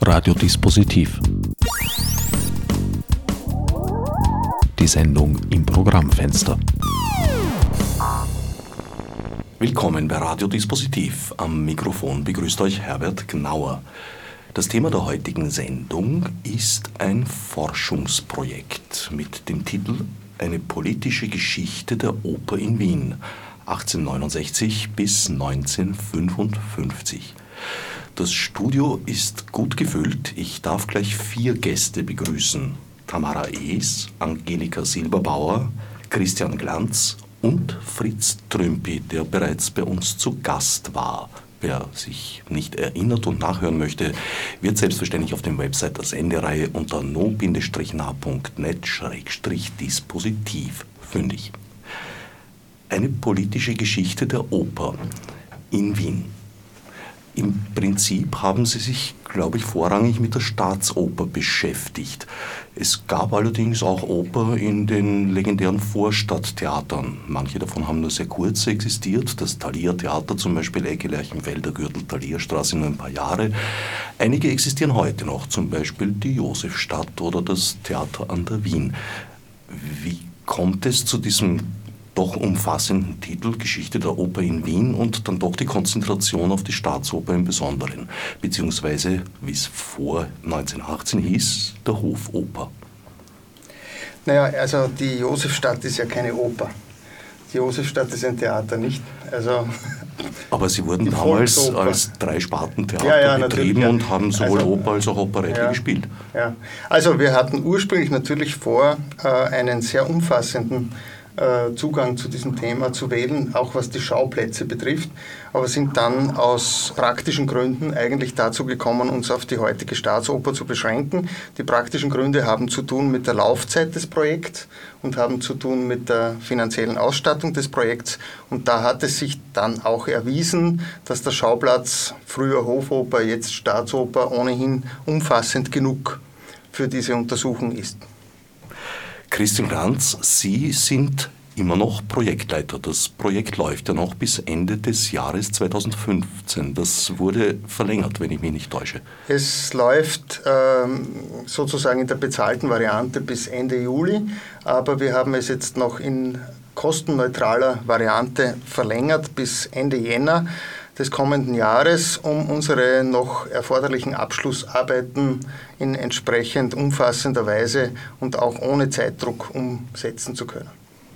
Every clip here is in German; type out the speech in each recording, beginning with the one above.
Radiodispositiv. Die Sendung im Programmfenster. Willkommen bei Radiodispositiv. Am Mikrofon begrüßt euch Herbert Gnauer. Das Thema der heutigen Sendung ist ein Forschungsprojekt mit dem Titel Eine politische Geschichte der Oper in Wien, 1869 bis 1955. Das Studio ist gut gefüllt. Ich darf gleich 4 Gäste begrüßen. Tamara Ees, Angelika Silberbauer, Christian Glanz und Fritz Trümpi, der bereits bei uns zu Gast war. Wer sich nicht erinnert und nachhören möchte, wird selbstverständlich auf der Website der Sendereihe unter no-nah.net/dispositiv fündig. Eine politische Geschichte der Oper in Wien. Im Prinzip haben sie sich, glaube ich, vorrangig mit der Staatsoper beschäftigt. Es gab allerdings auch Oper in den legendären Vorstadttheatern. Manche davon haben nur sehr kurz existiert. Das Thalia-Theater zum Beispiel, Ecke Lerchenfelder Gürtel, Thalierstraße, nur ein paar Jahre. Einige existieren heute noch, zum Beispiel die Josefstadt oder das Theater an der Wien. Wie kommt es zu diesem doch umfassenden Titel Geschichte der Oper in Wien und dann doch die Konzentration auf die Staatsoper im Besonderen, beziehungsweise, wie es vor 1918 hieß, der Hofoper? Naja, also die Josefstadt ist ja keine Oper. Die Josefstadt ist ein Theater, nicht? Also aber Sie wurden damals als 3-Sparten-Theater betrieben und haben sowohl Oper als auch Operette gespielt. Ja, also wir hatten ursprünglich natürlich vor, einen sehr umfassenden Zugang zu diesem Thema zu wählen, auch was die Schauplätze betrifft, aber sind dann aus praktischen Gründen eigentlich dazu gekommen, uns auf die heutige Staatsoper zu beschränken. Die praktischen Gründe haben zu tun mit der Laufzeit des Projekts und haben zu tun mit der finanziellen Ausstattung des Projekts, und da hat es sich dann auch erwiesen, dass der Schauplatz früher Hofoper, jetzt Staatsoper ohnehin umfassend genug für diese Untersuchung ist. Christian Glanz, Sie sind immer noch Projektleiter. Das Projekt läuft ja noch bis Ende des Jahres 2015. Das wurde verlängert, wenn ich mich nicht täusche. Es läuft sozusagen in der bezahlten Variante bis Ende Juli, aber wir haben es jetzt noch in kostenneutraler Variante verlängert bis Ende Jänner des kommenden Jahres, um unsere noch erforderlichen Abschlussarbeiten in entsprechend umfassender Weise und auch ohne Zeitdruck umsetzen zu können.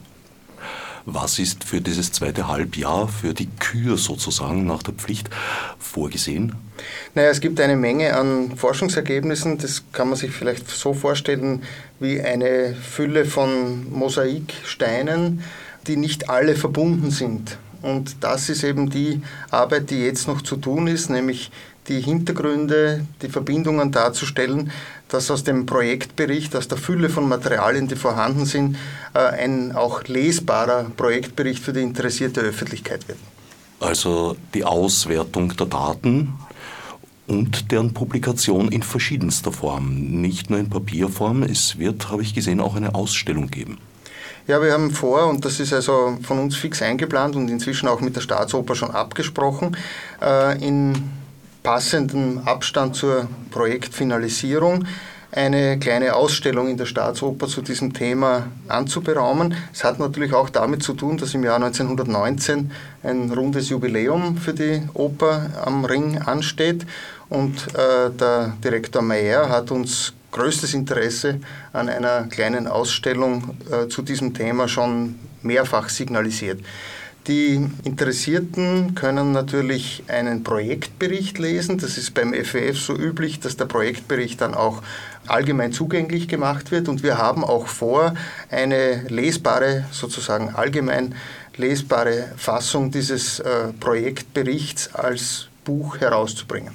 Was ist für dieses zweite Halbjahr, für die Kür sozusagen nach der Pflicht vorgesehen? Naja, es gibt eine Menge an Forschungsergebnissen. Das kann man sich vielleicht so vorstellen wie eine Fülle von Mosaiksteinen, die nicht alle verbunden sind. Und das ist eben die Arbeit, die jetzt noch zu tun ist, nämlich die Hintergründe, die Verbindungen darzustellen, dass aus dem Projektbericht, aus der Fülle von Materialien, die vorhanden sind, ein auch lesbarer Projektbericht für die interessierte Öffentlichkeit wird. Also die Auswertung der Daten und deren Publikation in verschiedenster Form, nicht nur in Papierform. Es wird, habe ich gesehen, auch eine Ausstellung geben. Ja, wir haben vor, und das ist also von uns fix eingeplant und inzwischen auch mit der Staatsoper schon abgesprochen, in passendem Abstand zur Projektfinalisierung eine kleine Ausstellung in der Staatsoper zu diesem Thema anzuberaumen. Es hat natürlich auch damit zu tun, dass im Jahr 1919 ein rundes Jubiläum für die Oper am Ring ansteht, und der Direktor Meyer hat uns größtes Interesse an einer kleinen Ausstellung zu diesem Thema schon mehrfach signalisiert. Die Interessierten können natürlich einen Projektbericht lesen. Das ist beim FWF so üblich, dass der Projektbericht dann auch allgemein zugänglich gemacht wird. Und wir haben auch vor, eine lesbare, sozusagen allgemein lesbare Fassung dieses Projektberichts als Buch herauszubringen.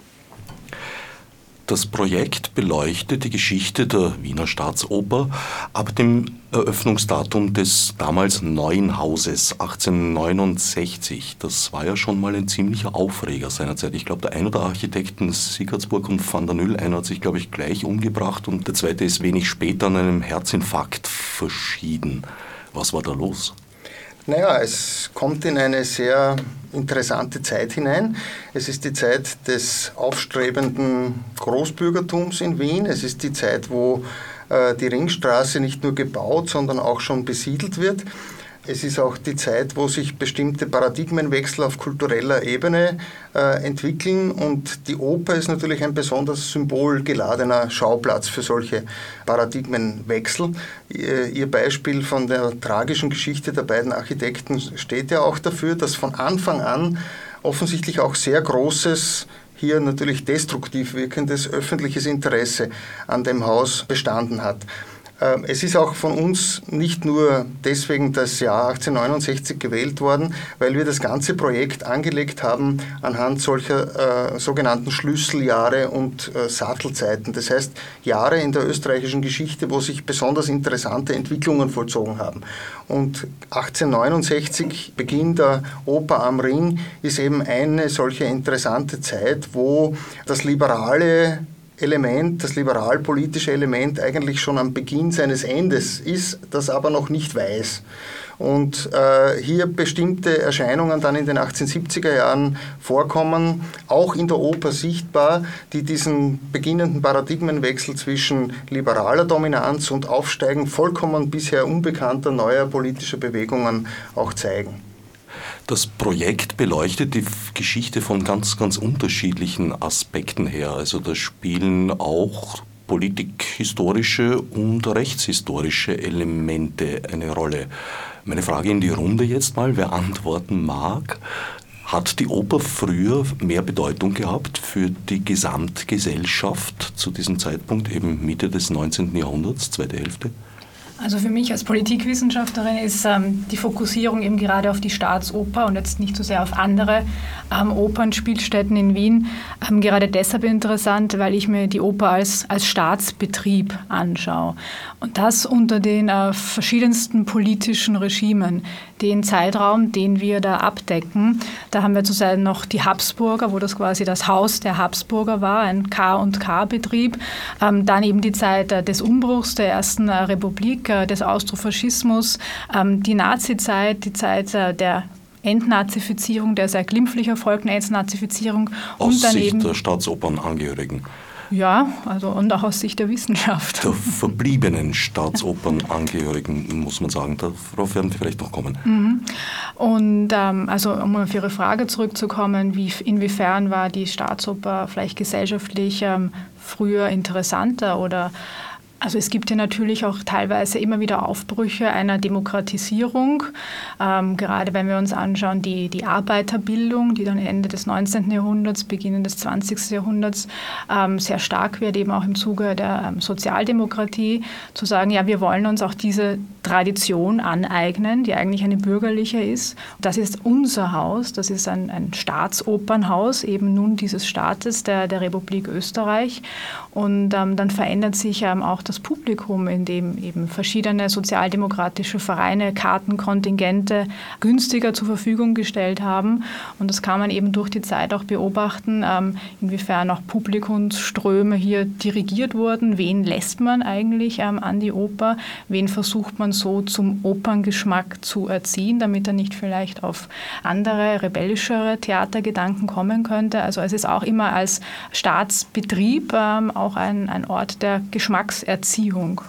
Das Projekt beleuchtet die Geschichte der Wiener Staatsoper ab dem Eröffnungsdatum des damals neuen Hauses 1869. Das war ja schon mal ein ziemlicher Aufreger seinerzeit. Ich glaube, der ein oder Architekten Sigurdsburg und Van der Nüll, einer hat sich, glaube ich, gleich umgebracht und der zweite ist wenig später an einem Herzinfarkt verschieden. Was war da los? Naja, es kommt in eine sehr interessante Zeit hinein. Es ist die Zeit des aufstrebenden Großbürgertums in Wien. Es ist die Zeit, wo die Ringstraße nicht nur gebaut, sondern auch schon besiedelt wird. Es ist auch die Zeit, wo sich bestimmte Paradigmenwechsel auf kultureller Ebene entwickeln, und die Oper ist natürlich ein besonders symbolgeladener Schauplatz für solche Paradigmenwechsel. Ihr Beispiel von der tragischen Geschichte der beiden Architekten steht ja auch dafür, dass von Anfang an offensichtlich auch sehr großes, hier natürlich destruktiv wirkendes öffentliches Interesse an dem Haus bestanden hat. Es ist auch von uns nicht nur deswegen das Jahr 1869 gewählt worden, weil wir das ganze Projekt angelegt haben anhand solcher sogenannten Schlüsseljahre und Sattelzeiten. Das heißt, Jahre in der österreichischen Geschichte, wo sich besonders interessante Entwicklungen vollzogen haben. Und 1869, Beginn der Oper am Ring, ist eben eine solche interessante Zeit, wo das liberale Element, das liberalpolitische Element eigentlich schon am Beginn seines Endes ist, das aber noch nicht weiß. Und hier bestimmte Erscheinungen dann in den 1870er Jahren vorkommen, auch in der Oper sichtbar, die diesen beginnenden Paradigmenwechsel zwischen liberaler Dominanz und Aufsteigen vollkommen bisher unbekannter neuer politischer Bewegungen auch zeigen. Das Projekt beleuchtet die Geschichte von ganz, ganz unterschiedlichen Aspekten her. Also da spielen auch politikhistorische und rechtshistorische Elemente eine Rolle. Meine Frage in die Runde jetzt mal, wer antworten mag. Hat die Oper früher mehr Bedeutung gehabt für die Gesamtgesellschaft zu diesem Zeitpunkt, eben Mitte des 19. Jahrhunderts, zweite Hälfte? Also für mich als Politikwissenschaftlerin ist die Fokussierung eben gerade auf die Staatsoper und jetzt nicht so sehr auf andere Opernspielstätten in Wien gerade deshalb interessant, weil ich mir die Oper als Staatsbetrieb anschaue. Und das unter den verschiedensten politischen Regimen. Den Zeitraum, den wir da abdecken, da haben wir zurzeit noch die Habsburger, wo das quasi das Haus der Habsburger war, ein K&K-Betrieb. Dann eben die Zeit des Umbruchs der Ersten Republik, des Austrofaschismus, die Nazizeit, die Zeit der Entnazifizierung, der sehr glimpflich erfolgten Entnazifizierung. Aus Sicht der Staatsopernangehörigen. Ja, also und auch aus Sicht der Wissenschaft. Der verbliebenen Staatsopernangehörigen, muss man sagen. Darauf werden wir vielleicht noch kommen. Mhm. Und also um auf Ihre Frage zurückzukommen, inwiefern war die Staatsoper vielleicht gesellschaftlich früher interessanter oder also es gibt ja natürlich auch teilweise immer wieder Aufbrüche einer Demokratisierung, gerade wenn wir uns anschauen, die Arbeiterbildung, die dann Ende des 19. Jahrhunderts, Beginn des 20. Jahrhunderts sehr stark wird, eben auch im Zuge der Sozialdemokratie, zu sagen, ja, wir wollen uns auch diese Tradition aneignen, die eigentlich eine bürgerliche ist. Das ist unser Haus, das ist ein Staatsopernhaus, eben nun dieses Staates der Republik Österreich. Und dann verändert sich auch das Publikum, in dem eben verschiedene sozialdemokratische Vereine Kartenkontingente günstiger zur Verfügung gestellt haben. Und das kann man eben durch die Zeit auch beobachten, inwiefern auch Publikumsströme hier dirigiert wurden. Wen lässt man eigentlich an die Oper? Wen versucht man so zum Operngeschmack zu erziehen, damit er nicht vielleicht auf andere, rebellischere Theatergedanken kommen könnte? Also es ist auch immer als Staatsbetrieb auch ein Ort der Geschmackserziehung.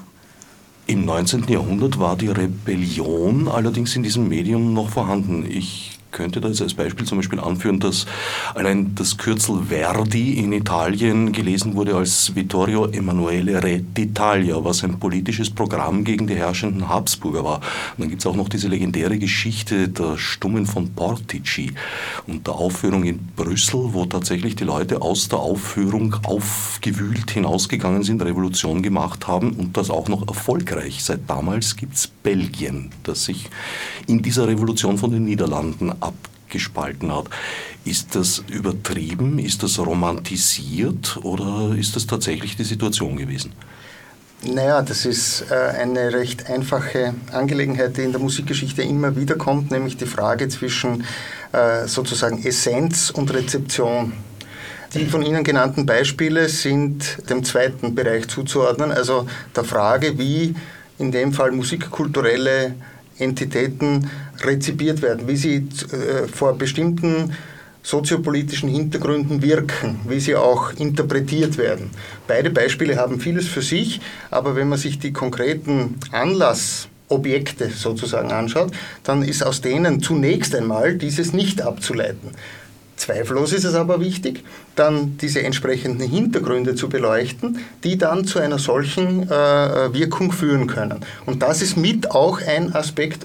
Im 19. Jahrhundert war die Rebellion allerdings in diesem Medium noch vorhanden. Ich könnte da jetzt als Beispiel zum Beispiel anführen, dass allein das Kürzel Verdi in Italien gelesen wurde als Vittorio Emanuele Re d'Italia, was ein politisches Programm gegen die herrschenden Habsburger war. Und dann gibt es auch noch diese legendäre Geschichte der Stummen von Portici und der Aufführung in Brüssel, wo tatsächlich die Leute aus der Aufführung aufgewühlt hinausgegangen sind, Revolution gemacht haben und das auch noch erfolgreich. Seit damals gibt es Belgien, das sich in dieser Revolution von den Niederlanden abgespalten hat. Ist das übertrieben? Ist das romantisiert? Oder ist das tatsächlich die Situation gewesen? Naja, das ist eine recht einfache Angelegenheit, die in der Musikgeschichte immer wieder kommt, nämlich die Frage zwischen sozusagen Essenz und Rezeption. Die von Ihnen genannten Beispiele sind dem zweiten Bereich zuzuordnen, also der Frage, wie in dem Fall musikkulturelle Entitäten rezipiert werden, wie sie vor bestimmten soziopolitischen Hintergründen wirken, wie sie auch interpretiert werden. Beide Beispiele haben vieles für sich, aber wenn man sich die konkreten Anlassobjekte sozusagen anschaut, dann ist aus denen zunächst einmal dieses nicht abzuleiten. Zweifellos ist es aber wichtig, dann diese entsprechenden Hintergründe zu beleuchten, die dann zu einer solchen Wirkung führen können. Und das ist mit auch ein Aspekt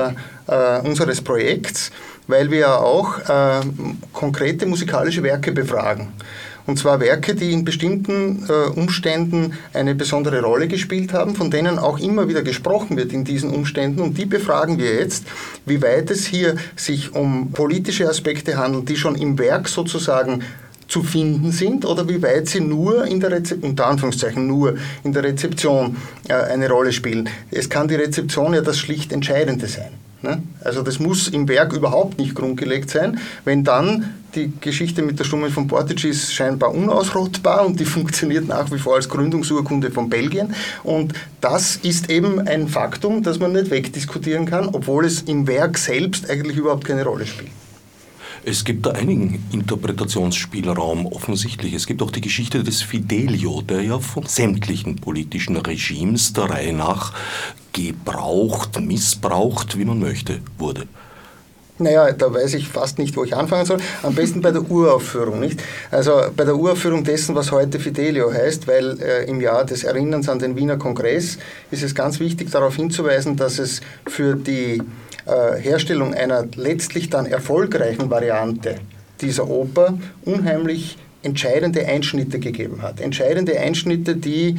unseres Projekts, weil wir ja auch konkrete musikalische Werke befragen. Und zwar Werke, die in bestimmten Umständen eine besondere Rolle gespielt haben, von denen auch immer wieder gesprochen wird in diesen Umständen. Und die befragen wir jetzt, wie weit es hier sich um politische Aspekte handelt, die schon im Werk sozusagen zu finden sind, oder wie weit sie nur in der unter Anführungszeichen nur in der Rezeption eine Rolle spielen. Es kann die Rezeption ja das schlicht Entscheidende sein. Also das muss im Werk überhaupt nicht grundgelegt sein. Wenn dann die Geschichte mit der Stummen von Portage ist scheinbar unausrottbar und die funktioniert nach wie vor als Gründungsurkunde von Belgien. Und das ist eben ein Faktum, das man nicht wegdiskutieren kann, obwohl es im Werk selbst eigentlich überhaupt keine Rolle spielt. Es gibt da einigen Interpretationsspielraum offensichtlich. Es gibt auch die Geschichte des Fidelio, der ja von sämtlichen politischen Regimes der Reihe nach gebraucht, missbraucht, wie man möchte, wurde. Naja, da weiß ich fast nicht, wo ich anfangen soll. Am besten bei der Uraufführung, nicht? Also bei der Uraufführung dessen, was heute Fidelio heißt, weil im Jahr des Erinnerns an den Wiener Kongress ist es ganz wichtig, darauf hinzuweisen, dass es für die Herstellung einer letztlich dann erfolgreichen Variante dieser Oper unheimlich entscheidende Einschnitte gegeben hat. Entscheidende Einschnitte, die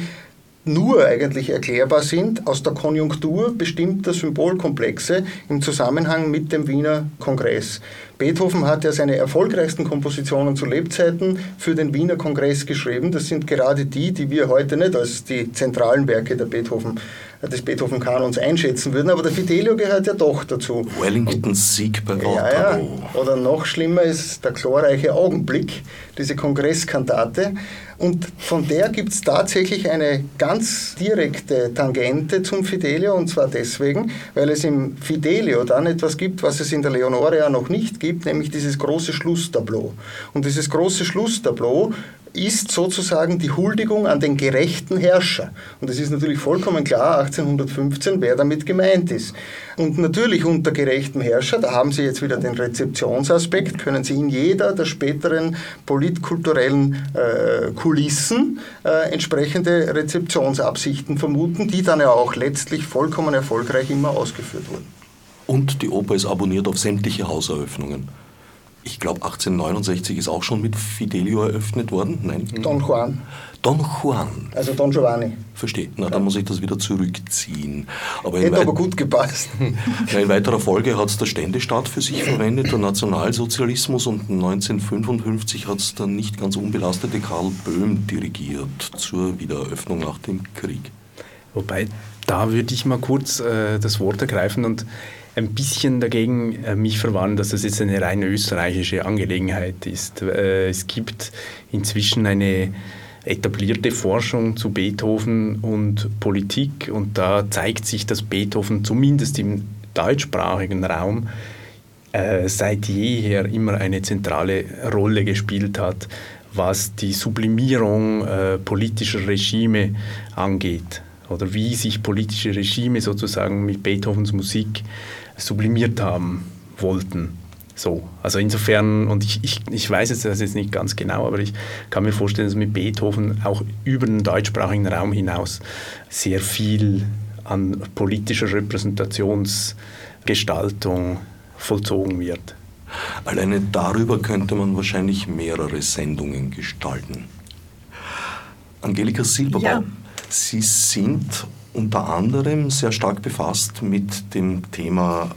nur eigentlich erklärbar sind aus der Konjunktur bestimmter Symbolkomplexe im Zusammenhang mit dem Wiener Kongress. Beethoven hat ja seine erfolgreichsten Kompositionen zu Lebzeiten für den Wiener Kongress geschrieben. Das sind gerade die wir heute nicht als die zentralen Werke des Beethoven-Kanons einschätzen würden, aber der Fidelio gehört ja doch dazu. Wellingtons Sieg bei Waterloo. Ja. Oder noch schlimmer ist der glorreiche Augenblick, diese Kongresskantate. Und von der gibt es tatsächlich eine ganz direkte Tangente zum Fidelio, und zwar deswegen, weil es im Fidelio dann etwas gibt, was es in der Leonore ja noch nicht gibt, nämlich dieses große Schlusstableau. Und dieses große Schlusstableau ist sozusagen die Huldigung an den gerechten Herrscher. Und es ist natürlich vollkommen klar, 1815, wer damit gemeint ist. Und natürlich unter gerechtem Herrscher, da haben Sie jetzt wieder den Rezeptionsaspekt, können Sie in jeder der späteren politkulturellen Kulissen entsprechende Rezeptionsabsichten vermuten, die dann ja auch letztlich vollkommen erfolgreich immer ausgeführt wurden. Und die Oper ist abonniert auf sämtliche Hauseröffnungen. Ich glaube, 1869 ist auch schon mit Fidelio eröffnet worden. Nein? Don Juan. Don Juan. Also Don Giovanni. Verstehe. Na, dann muss ich das wieder zurückziehen. Hätte aber gut gepasst. Ja, in weiterer Folge hat es der Ständestaat für sich verwendet, der Nationalsozialismus, und 1955 hat es der nicht ganz unbelastete Karl Böhm dirigiert zur Wiedereröffnung nach dem Krieg. Wobei, da würde ich mal kurz das Wort ergreifen und ein bisschen dagegen mich verwarnen, dass das jetzt eine rein österreichische Angelegenheit ist. Es gibt inzwischen eine etablierte Forschung zu Beethoven und Politik, und da zeigt sich, dass Beethoven zumindest im deutschsprachigen Raum seit jeher immer eine zentrale Rolle gespielt hat, was die Sublimierung politischer Regime angeht, oder wie sich politische Regime sozusagen mit Beethovens Musik sublimiert haben wollten. So, also insofern, und ich weiß das jetzt nicht ganz genau, aber ich kann mir vorstellen, dass mit Beethoven auch über den deutschsprachigen Raum hinaus sehr viel an politischer Repräsentationsgestaltung vollzogen wird. Alleine darüber könnte man wahrscheinlich mehrere Sendungen gestalten. Angelika Silberbau, ja. Sie sind unter anderem sehr stark befasst mit dem Thema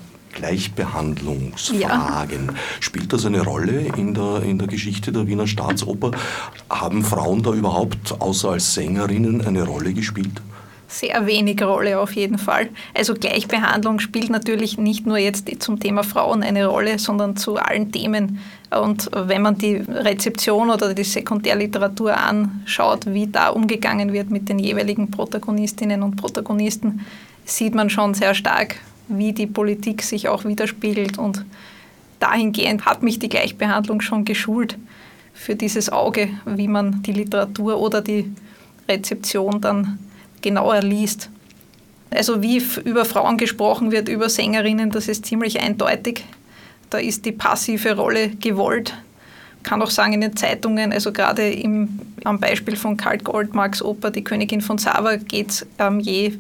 Gleichbehandlungsfragen. Ja. Spielt das eine Rolle in der Geschichte der Wiener Staatsoper? Haben Frauen da überhaupt, außer als Sängerinnen, eine Rolle gespielt? Sehr wenig Rolle auf jeden Fall. Also Gleichbehandlung spielt natürlich nicht nur jetzt zum Thema Frauen eine Rolle, sondern zu allen Themen. Und wenn man die Rezeption oder die Sekundärliteratur anschaut, wie da umgegangen wird mit den jeweiligen Protagonistinnen und Protagonisten, sieht man schon sehr stark, wie die Politik sich auch widerspiegelt. Und dahingehend hat mich die Gleichbehandlung schon geschult für dieses Auge, wie man die Literatur oder die Rezeption dann genauer liest. Also wie über Frauen gesprochen wird, über Sängerinnen, das ist ziemlich eindeutig. Da ist die passive Rolle gewollt. Kann auch sagen, in den Zeitungen, also gerade am Beispiel von Karl Goldmarks Oper Die Königin von Saba geht es je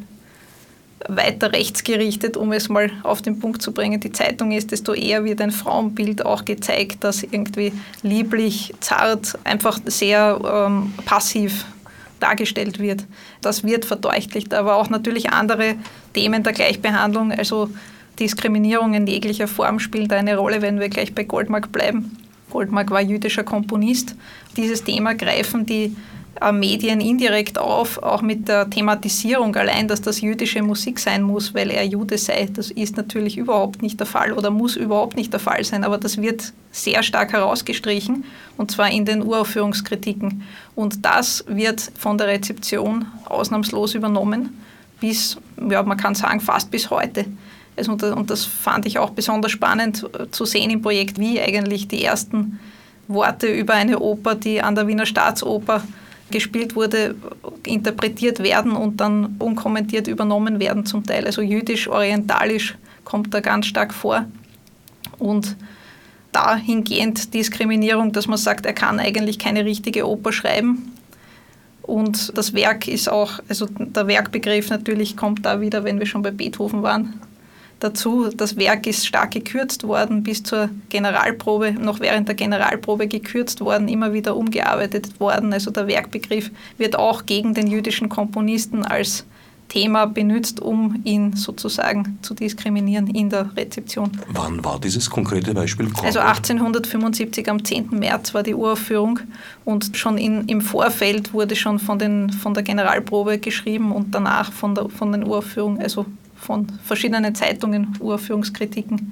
weiter rechtsgerichtet, um es mal auf den Punkt zu bringen. Die Zeitung ist, desto eher wird ein Frauenbild auch gezeigt, das irgendwie lieblich, zart, einfach sehr passiv dargestellt wird. Das wird verdeutlicht, aber auch natürlich andere Themen der Gleichbehandlung, also Diskriminierung in jeglicher Form spielt eine Rolle, wenn wir gleich bei Goldmark bleiben. Goldmark war jüdischer Komponist. Dieses Thema greifen die Medien indirekt auf, auch mit der Thematisierung allein, dass das jüdische Musik sein muss, weil er Jude sei. Das ist natürlich überhaupt nicht der Fall oder muss überhaupt nicht der Fall sein, aber das wird sehr stark herausgestrichen und zwar in den Uraufführungskritiken. Und das wird von der Rezeption ausnahmslos übernommen bis, ja, man kann sagen, fast bis heute. Also, und das fand ich auch besonders spannend zu sehen im Projekt, wie eigentlich die ersten Worte über eine Oper, die an der Wiener Staatsoper gespielt wurde, interpretiert werden und dann unkommentiert übernommen werden zum Teil. Also jüdisch, orientalisch kommt da ganz stark vor. Und dahingehend Diskriminierung, dass man sagt, er kann eigentlich keine richtige Oper schreiben. Und das Werk ist auch, also der Werkbegriff natürlich kommt da wieder, wenn wir schon bei Beethoven waren, dazu. Das Werk ist stark gekürzt worden, bis zur Generalprobe, noch während der Generalprobe gekürzt worden, immer wieder umgearbeitet worden. Also der Werkbegriff wird auch gegen den jüdischen Komponisten als Thema benutzt, um ihn sozusagen zu diskriminieren in der Rezeption. Wann war dieses konkrete Beispiel? Also 1875 am 10. März war die Uraufführung und schon im Vorfeld wurde schon von der Generalprobe geschrieben und danach von den Uraufführungen, also von verschiedenen Zeitungen, Uraufführungskritiken.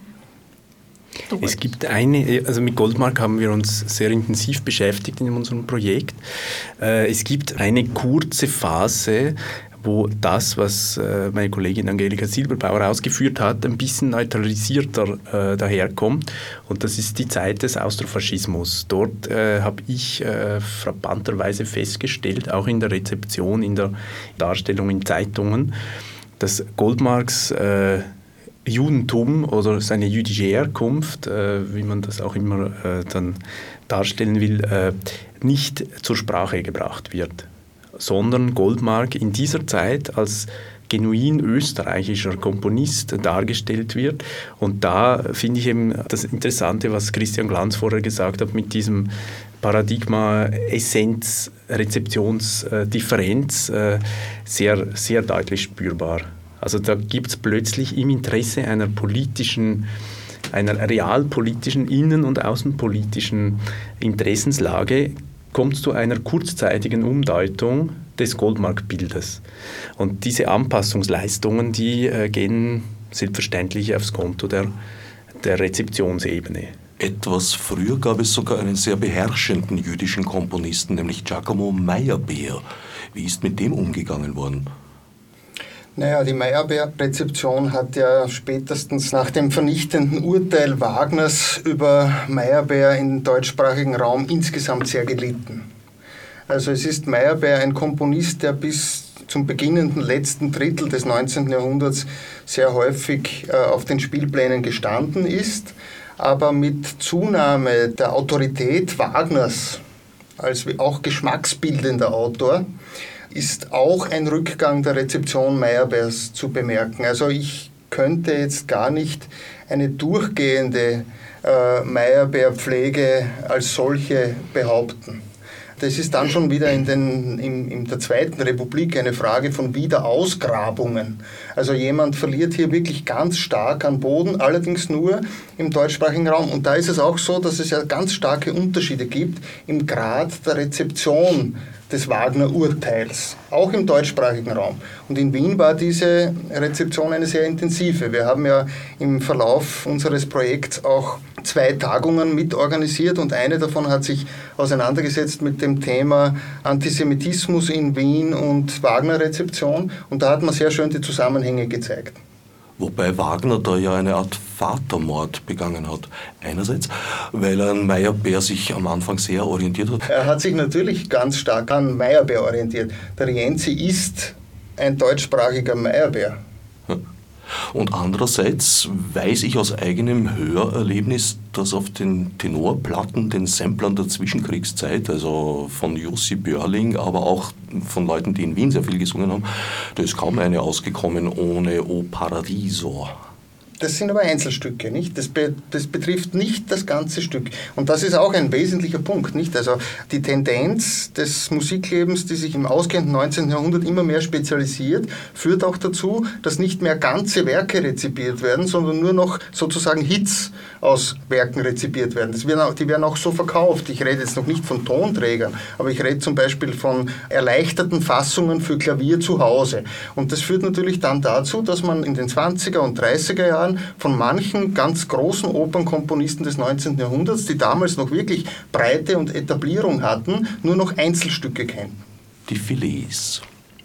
Es gibt also mit Goldmark haben wir uns sehr intensiv beschäftigt in unserem Projekt. Es gibt eine kurze Phase, wo das, was meine Kollegin Angelika Silberbauer ausgeführt hat, ein bisschen neutralisierter daherkommt. Und das ist die Zeit des Austrofaschismus. Dort habe ich frappanterweise festgestellt, auch in der Rezeption, in der Darstellung in Zeitungen, dass Goldmarks Judentum oder seine jüdische Herkunft, wie man das auch immer dann darstellen will, nicht zur Sprache gebracht wird, sondern Goldmark in dieser Zeit als genuin österreichischer Komponist dargestellt wird. Und da finde ich eben das Interessante, was Christian Glanz vorher gesagt hat, mit diesem Paradigma Essenz, Rezeptionsdifferenz sehr, sehr deutlich spürbar. Also da gibt es plötzlich im Interesse einer realpolitischen, innen- und außenpolitischen Interessenslage kommt es zu einer kurzzeitigen Umdeutung des Goldmark-Bildes. Und diese Anpassungsleistungen, die gehen selbstverständlich aufs Konto der Rezeptionsebene. Etwas früher gab es sogar einen sehr beherrschenden jüdischen Komponisten, nämlich Giacomo Meyerbeer. Wie ist mit dem umgegangen worden? Naja, die Meyerbeer-Rezeption hat ja spätestens nach dem vernichtenden Urteil Wagners über Meyerbeer im deutschsprachigen Raum insgesamt sehr gelitten. Also es ist Meyerbeer ein Komponist, der bis zum beginnenden letzten Drittel des 19. Jahrhunderts sehr häufig auf den Spielplänen gestanden ist, aber mit Zunahme der Autorität Wagners als auch geschmacksbildender Autor ist auch ein Rückgang der Rezeption Meyerbeers zu bemerken. Also ich könnte jetzt gar nicht eine durchgehende Meyerbeer-Pflege als solche behaupten. Das ist dann schon wieder in der Zweiten Republik eine Frage von Wiederausgrabungen. Also jemand verliert hier wirklich ganz stark an Boden, allerdings nur im deutschsprachigen Raum. Und da ist es auch so, dass es ja ganz starke Unterschiede gibt im Grad der Rezeption des Wagner-Urteils, auch im deutschsprachigen Raum. Und in Wien war diese Rezeption eine sehr intensive. Wir haben ja im Verlauf unseres Projekts auch 2 Tagungen mitorganisiert und eine davon hat sich auseinandergesetzt mit dem Thema Antisemitismus in Wien und Wagner-Rezeption und da hat man sehr schön die Zusammenhänge gezeigt. Wobei Wagner da ja eine Art Vatermord begangen hat. Einerseits, weil er an Meyerbeer sich am Anfang sehr orientiert hat. Er hat sich natürlich ganz stark an Meyerbeer orientiert. Der Rienzi ist ein deutschsprachiger Meyerbeer. Und andererseits weiß ich aus eigenem Hörerlebnis, dass auf den Tenorplatten, den Samplern der Zwischenkriegszeit, also von Jussi Björling, aber auch von Leuten, die in Wien sehr viel gesungen haben, da ist kaum eine ausgekommen ohne O Paradiso. Das sind aber Einzelstücke, nicht? Das betrifft nicht das ganze Stück. Und das ist auch ein wesentlicher Punkt, nicht? Also die Tendenz des Musiklebens, die sich im ausgehenden 19. Jahrhundert immer mehr spezialisiert, führt auch dazu, dass nicht mehr ganze Werke rezipiert werden, sondern nur noch sozusagen Hits aus Werken rezipiert werden. Die werden auch so verkauft. Ich rede jetzt noch nicht von Tonträgern, aber ich rede zum Beispiel von erleichterten Fassungen für Klavier zu Hause. Und das führt natürlich dann dazu, dass man in den 20er und 30er Jahren von manchen ganz großen Opernkomponisten des 19. Jahrhunderts, die damals noch wirklich Breite und Etablierung hatten, nur noch Einzelstücke kennt. Die Filets.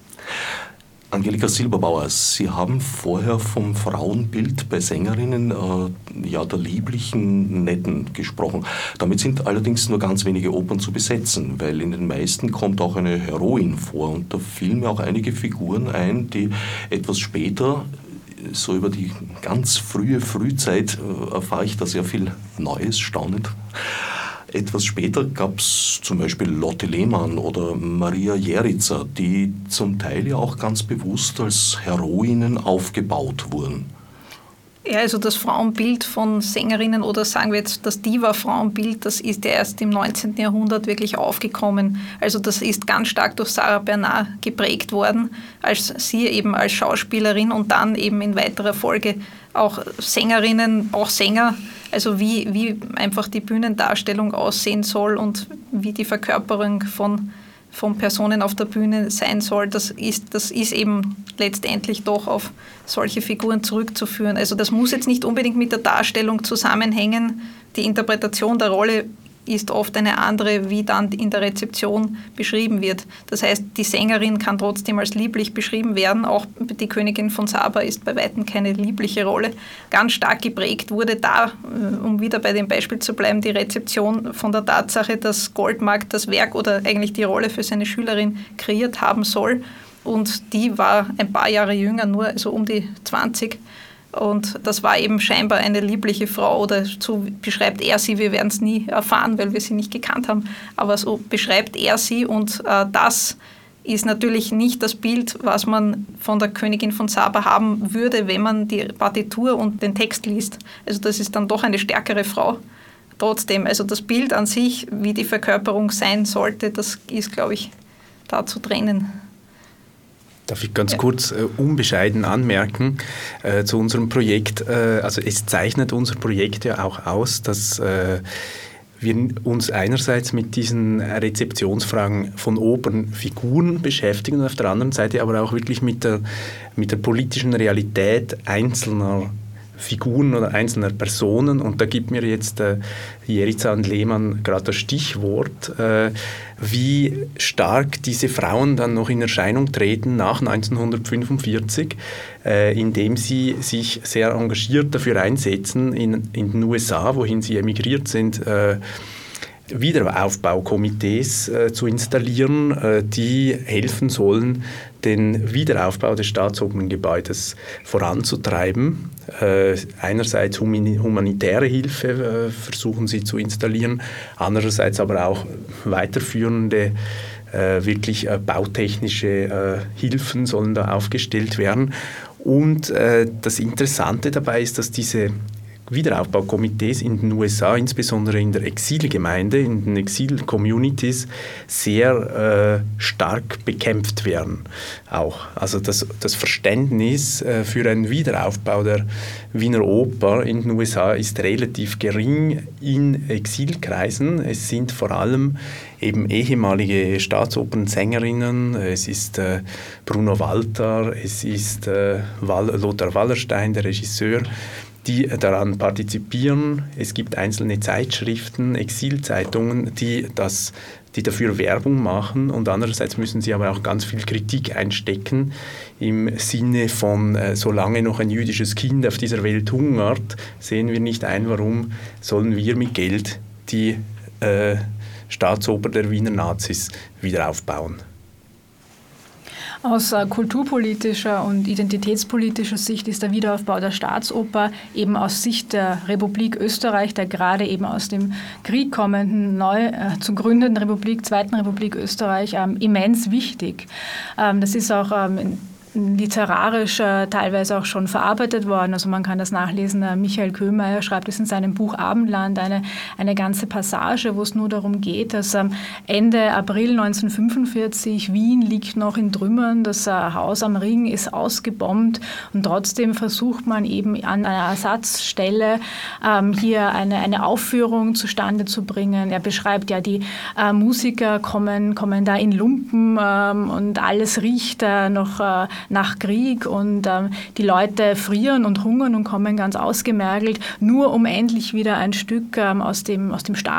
Angelika Silberbauer, Sie haben vorher vom Frauenbild bei Sängerinnen, der lieblichen, netten gesprochen. Damit sind allerdings nur ganz wenige Opern zu besetzen, weil in den meisten kommt auch eine Heroin vor und da fielen mir auch einige Figuren ein, die etwas später, so über die ganz Frühzeit, erfahre ich da sehr viel Neues, staunend. Etwas später gab es zum Beispiel Lotte Lehmann oder Maria Jeritzer, die zum Teil ja auch ganz bewusst als Heroinen aufgebaut wurden. Ja, also das Frauenbild von Sängerinnen oder sagen wir jetzt das Diva-Frauenbild, das ist ja erst im 19. Jahrhundert wirklich aufgekommen. Also das ist ganz stark durch Sarah Bernard geprägt worden, als sie eben als Schauspielerin und dann eben in weiterer Folge auch Sängerinnen, auch Sänger, also wie einfach die Bühnendarstellung aussehen soll und wie die Verkörperung von Personen auf der Bühne sein soll, das ist eben letztendlich doch auf solche Figuren zurückzuführen. Also das muss jetzt nicht unbedingt mit der Darstellung zusammenhängen. Die Interpretation der Rolle ist oft eine andere, wie dann in der Rezeption beschrieben wird. Das heißt, die Sängerin kann trotzdem als lieblich beschrieben werden. Auch die Königin von Saba ist bei weitem keine liebliche Rolle. Ganz stark geprägt wurde da, um wieder bei dem Beispiel zu bleiben, die Rezeption von der Tatsache, dass Goldmark das Werk oder eigentlich die Rolle für seine Schülerin kreiert haben soll. Und die war ein paar Jahre jünger, nur also um die 20. Und das war eben scheinbar eine liebliche Frau oder so beschreibt er sie, wir werden es nie erfahren, weil wir sie nicht gekannt haben, aber so beschreibt er sie und das ist natürlich nicht das Bild, was man von der Königin von Saba haben würde, wenn man die Partitur und den Text liest. Also das ist dann doch eine stärkere Frau. Trotzdem, also das Bild an sich, wie die Verkörperung sein sollte, das ist, glaube ich, da zu trennen. Darf ich ganz kurz unbescheiden anmerken zu unserem Projekt? Also es zeichnet unser Projekt ja auch aus, dass wir uns einerseits mit diesen Rezeptionsfragen von Opernfiguren beschäftigen und auf der anderen Seite aber auch wirklich mit der politischen Realität einzelner Figuren oder einzelner Personen. Und da gibt mir jetzt Jeritzer und Lehmann gerade das Stichwort, wie stark diese Frauen dann noch in Erscheinung treten nach 1945, indem sie sich sehr engagiert dafür einsetzen, in den USA, wohin sie emigriert sind, Wiederaufbaukomitees zu installieren, die helfen sollen, den Wiederaufbau des Staatsoperngebäudes voranzutreiben. Einerseits humanitäre Hilfe versuchen sie zu installieren, andererseits aber auch weiterführende, wirklich bautechnische Hilfen sollen da aufgestellt werden. Und das Interessante dabei ist, dass diese Wiederaufbaukomitees in den USA, insbesondere in der Exilgemeinde, in den Exil-Communities, sehr stark bekämpft werden. Auch. Also das Verständnis für einen Wiederaufbau der Wiener Oper in den USA ist relativ gering in Exilkreisen. Es sind vor allem eben ehemalige Staatsopernsängerinnen, es ist Bruno Walter, es ist Lothar Wallerstein, der Regisseur, die daran partizipieren. Es gibt einzelne Zeitschriften, Exilzeitungen, die dafür Werbung machen, und andererseits müssen sie aber auch ganz viel Kritik einstecken im Sinne von, solange noch ein jüdisches Kind auf dieser Welt hungert, sehen wir nicht ein, warum sollen wir mit Geld die Staatsoper der Wiener Nazis wieder aufbauen. Aus kulturpolitischer und identitätspolitischer Sicht ist der Wiederaufbau der Staatsoper eben aus Sicht der Republik Österreich, der gerade eben aus dem Krieg kommenden, neu zu gründenden Zweiten Republik Österreich, immens wichtig. Das ist auch literarisch teilweise auch schon verarbeitet worden. Also man kann das nachlesen. Michael Köhmeier schreibt es in seinem Buch Abendland, eine ganze Passage, wo es nur darum geht, dass Ende April 1945 Wien liegt noch in Trümmern, das Haus am Ring ist ausgebombt, und trotzdem versucht man eben an einer Ersatzstelle hier eine Aufführung zustande zu bringen. Er beschreibt ja, die Musiker kommen da in Lumpen und alles riecht noch nach Krieg, und die Leute frieren und hungern und kommen ganz ausgemergelt, nur um endlich wieder ein Stück aus dem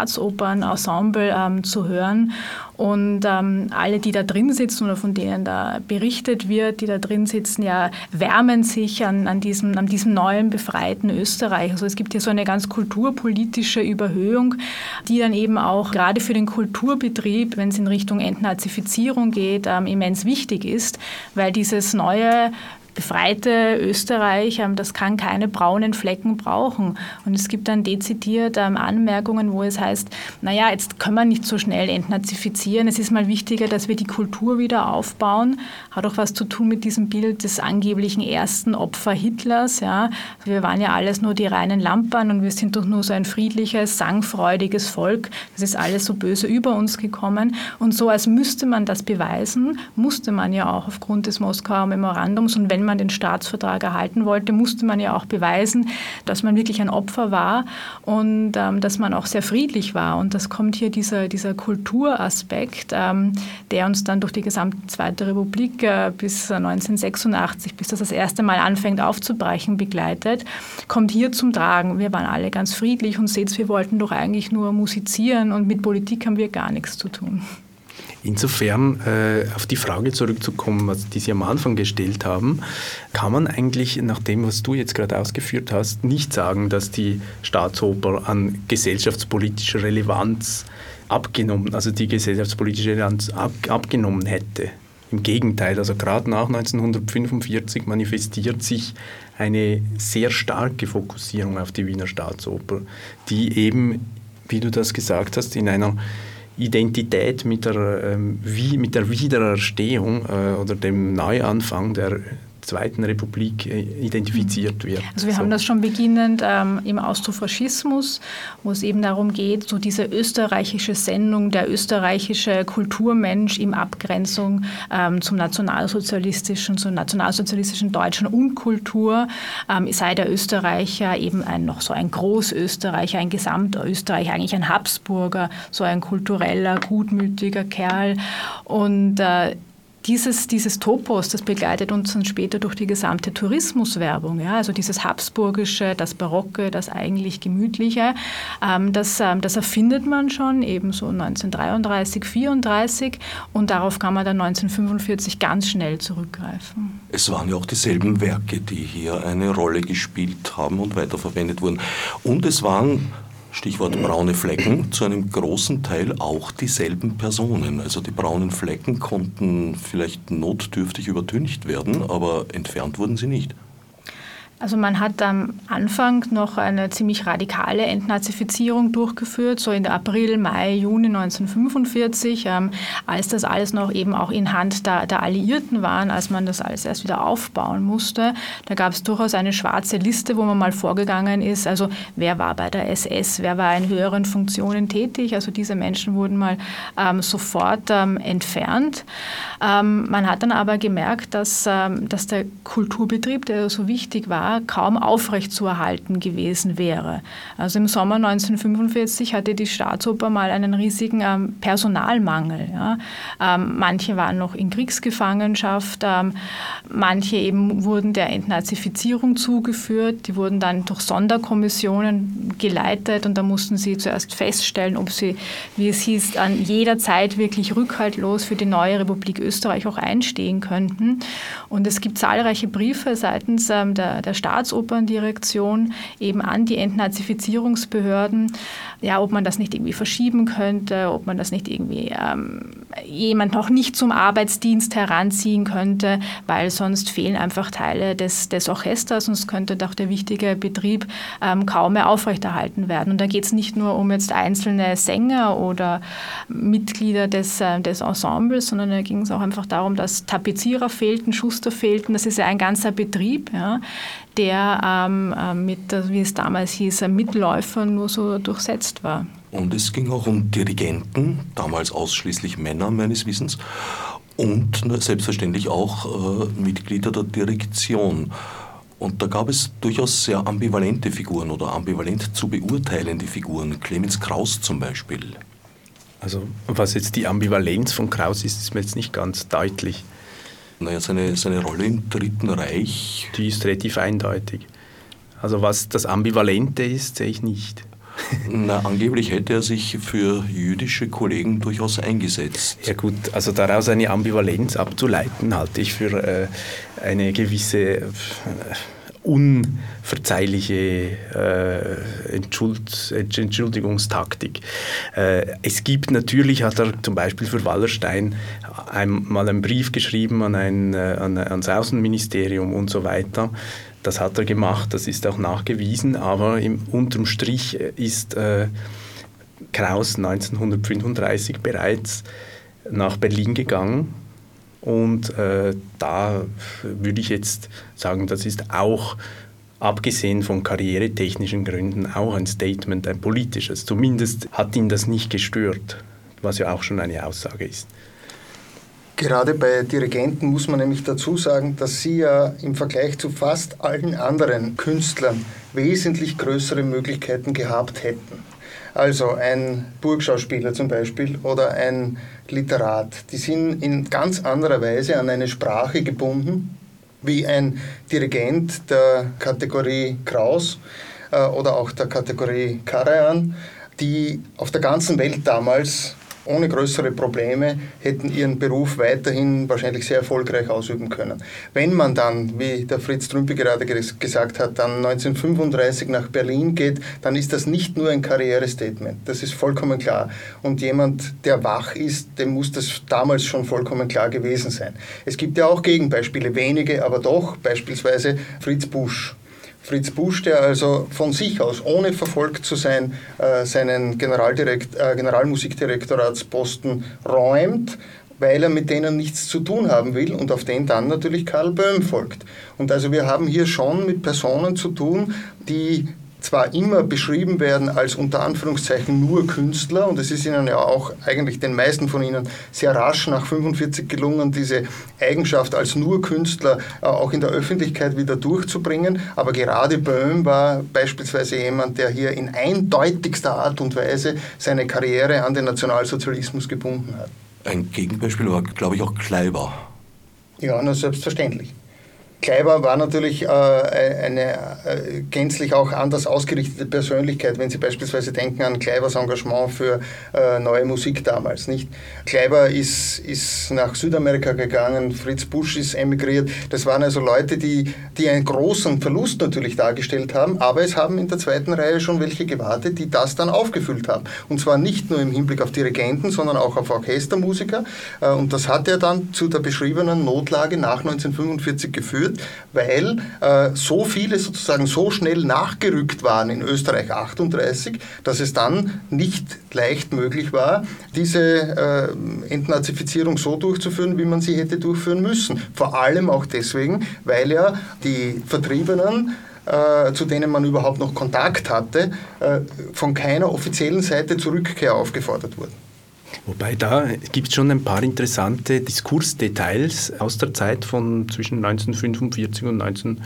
Staatsoperenensemble zu hören. Und alle, die da drin sitzen oder von denen da berichtet wird, die da drin sitzen, ja, wärmen sich an diesem neuen, befreiten Österreich. Also es gibt hier so eine ganz kulturpolitische Überhöhung, die dann eben auch gerade für den Kulturbetrieb, wenn es in Richtung Entnazifizierung geht, immens wichtig ist, weil dieses neue, befreite Österreich, das kann keine braunen Flecken brauchen. Und es gibt dann dezidiert Anmerkungen, wo es heißt, naja, jetzt können wir nicht so schnell entnazifizieren. Es ist mal wichtiger, dass wir die Kultur wieder aufbauen. Hat auch was zu tun mit diesem Bild des angeblichen ersten Opfer Hitlers. Ja. Wir waren ja alles nur die reinen Lampern und wir sind doch nur so ein friedliches, sangfreudiges Volk. Das ist alles so böse über uns gekommen. Und so, als müsste man das beweisen, musste man ja auch aufgrund des Moskauer Memorandums, und wenn man den Staatsvertrag erhalten wollte, musste man ja auch beweisen, dass man wirklich ein Opfer war und dass man auch sehr friedlich war. Und das kommt hier dieser Kulturaspekt, der uns dann durch die gesamte Zweite Republik bis 1986, bis das erste Mal anfängt aufzubrechen, begleitet, kommt hier zum Tragen. Wir waren alle ganz friedlich und seht, wir wollten doch eigentlich nur musizieren und mit Politik haben wir gar nichts zu tun. Insofern, auf die Frage zurückzukommen, die Sie am Anfang gestellt haben, kann man eigentlich, nach dem, was du jetzt gerade ausgeführt hast, nicht sagen, dass die Staatsoper an gesellschaftspolitischer Relevanz abgenommen, also die gesellschaftspolitische Relevanz abgenommen hätte. Im Gegenteil, also gerade nach 1945 manifestiert sich eine sehr starke Fokussierung auf die Wiener Staatsoper, die eben, wie du das gesagt hast, in einer Identität mit der Wiedererstehung oder dem Neuanfang der Zweiten Republik identifiziert wird. Also wir haben das schon beginnend im Austrofaschismus, wo es eben darum geht, so diese österreichische Sendung, der österreichische Kulturmensch in Abgrenzung zum nationalsozialistischen deutschen Unkultur, sei der Österreicher eben noch so ein Großösterreicher, ein Gesamtösterreich, eigentlich ein Habsburger, so ein kultureller, gutmütiger Kerl. Und dieses Topos, das begleitet uns dann später durch die gesamte Tourismuswerbung, ja, also dieses Habsburgische, das Barocke, das eigentlich Gemütliche, das erfindet man schon eben so 1933, 1934 und darauf kann man dann 1945 ganz schnell zurückgreifen. Es waren ja auch dieselben Werke, die hier eine Rolle gespielt haben und weiterverwendet wurden. Und es waren, Stichwort braune Flecken, zu einem großen Teil auch dieselben Personen. Also die braunen Flecken konnten vielleicht notdürftig übertüncht werden, aber entfernt wurden sie nicht. Also man hat am Anfang noch eine ziemlich radikale Entnazifizierung durchgeführt, so in April, Mai, Juni 1945, als das alles noch eben auch in Hand der Alliierten waren, als man das alles erst wieder aufbauen musste. Da gab es durchaus eine schwarze Liste, wo man mal vorgegangen ist, also wer war bei der SS, wer war in höheren Funktionen tätig, also diese Menschen wurden mal sofort entfernt. Man hat dann aber gemerkt, dass der Kulturbetrieb, der so wichtig war, kaum aufrechtzuerhalten gewesen wäre. Also im Sommer 1945 hatte die Staatsoper mal einen riesigen Personalmangel. Ja. Manche waren noch in Kriegsgefangenschaft, manche eben wurden der Entnazifizierung zugeführt, die wurden dann durch Sonderkommissionen geleitet und da mussten sie zuerst feststellen, ob sie, wie es hieß, an jeder Zeit wirklich rückhaltlos für die neue Republik Österreich auch einstehen könnten. Und es gibt zahlreiche Briefe seitens der Staatsoperndirektion eben an die Entnazifizierungsbehörden, ja, ob man das nicht irgendwie verschieben könnte, ob man das nicht irgendwie jemand noch nicht zum Arbeitsdienst heranziehen könnte, weil sonst fehlen einfach Teile des Orchesters und es könnte doch der wichtige Betrieb kaum mehr aufrechterhalten werden. Und da geht es nicht nur um jetzt einzelne Sänger oder Mitglieder des Ensembles, sondern da ging es auch einfach darum, dass Tapezierer fehlten, Schuster fehlten. Das ist ja ein ganzer Betrieb, ja, der mit, wie es damals hieß, Mitläufern nur so durchsetzt war. Und es ging auch um Dirigenten, damals ausschließlich Männer meines Wissens, und selbstverständlich auch Mitglieder der Direktion. Und da gab es durchaus sehr ambivalente Figuren oder ambivalent zu beurteilende Figuren. Clemens Krauss zum Beispiel. Also was jetzt die Ambivalenz von Krauss ist mir jetzt nicht ganz deutlich. Naja, seine Rolle im Dritten Reich... Die ist relativ eindeutig. Also was das Ambivalente ist, sehe ich nicht. Na, angeblich hätte er sich für jüdische Kollegen durchaus eingesetzt. Ja gut, also daraus eine Ambivalenz abzuleiten, halte ich für eine gewisse unverzeihliche Entschuldigungstaktik. Es gibt natürlich, hat er zum Beispiel für Wallerstein mal einen Brief geschrieben ans Außenministerium und so weiter. Das hat er gemacht, das ist auch nachgewiesen, aber unterm Strich ist Krauss 1935 bereits nach Berlin gegangen. Und da würde ich jetzt sagen, das ist auch, abgesehen von karrieretechnischen Gründen, auch ein Statement, ein politisches. Zumindest hat ihn das nicht gestört, was ja auch schon eine Aussage ist. Gerade bei Dirigenten muss man nämlich dazu sagen, dass sie ja im Vergleich zu fast allen anderen Künstlern wesentlich größere Möglichkeiten gehabt hätten. Also ein Burgschauspieler zum Beispiel oder ein Literat, die sind in ganz anderer Weise an eine Sprache gebunden, wie ein Dirigent der Kategorie Krauss oder auch der Kategorie Karajan, die auf der ganzen Welt damals ohne größere Probleme hätten ihren Beruf weiterhin wahrscheinlich sehr erfolgreich ausüben können. Wenn man dann, wie der Fritz Trümpe gerade gesagt hat, dann 1935 nach Berlin geht, dann ist das nicht nur ein Karrierestatement, das ist vollkommen klar. Und jemand, der wach ist, dem muss das damals schon vollkommen klar gewesen sein. Es gibt ja auch Gegenbeispiele, wenige, aber doch, beispielsweise Fritz Busch. Fritz Busch, der also von sich aus, ohne verfolgt zu sein, seinen Generalmusikdirektoratsposten räumt, weil er mit denen nichts zu tun haben will und auf den dann natürlich Karl Böhm folgt. Und also wir haben hier schon mit Personen zu tun, die zwar immer beschrieben werden als unter Anführungszeichen nur Künstler, und es ist ihnen ja auch eigentlich den meisten von ihnen sehr rasch nach 45 gelungen, diese Eigenschaft als nur Künstler auch in der Öffentlichkeit wieder durchzubringen, aber gerade Böhm war beispielsweise jemand, der hier in eindeutigster Art und Weise seine Karriere an den Nationalsozialismus gebunden hat. Ein Gegenbeispiel war, glaube ich, auch Kleiber. Ja, na, selbstverständlich. Kleiber war natürlich eine gänzlich auch anders ausgerichtete Persönlichkeit, wenn Sie beispielsweise denken an Kleibers Engagement für neue Musik damals. Nicht? Kleiber ist nach Südamerika gegangen, Fritz Busch ist emigriert. Das waren also Leute, die einen großen Verlust natürlich dargestellt haben, aber es haben in der zweiten Reihe schon welche gewartet, die das dann aufgefüllt haben. Und zwar nicht nur im Hinblick auf Dirigenten, sondern auch auf Orchestermusiker. Und das hat ja dann zu der beschriebenen Notlage nach 1945 geführt, weil so viele sozusagen so schnell nachgerückt waren in Österreich 38, dass es dann nicht leicht möglich war, diese Entnazifizierung so durchzuführen, wie man sie hätte durchführen müssen. Vor allem auch deswegen, weil ja die Vertriebenen, zu denen man überhaupt noch Kontakt hatte, von keiner offiziellen Seite zur Rückkehr aufgefordert wurden. Wobei da gibt es schon ein paar interessante Diskursdetails aus der Zeit von zwischen 1945 und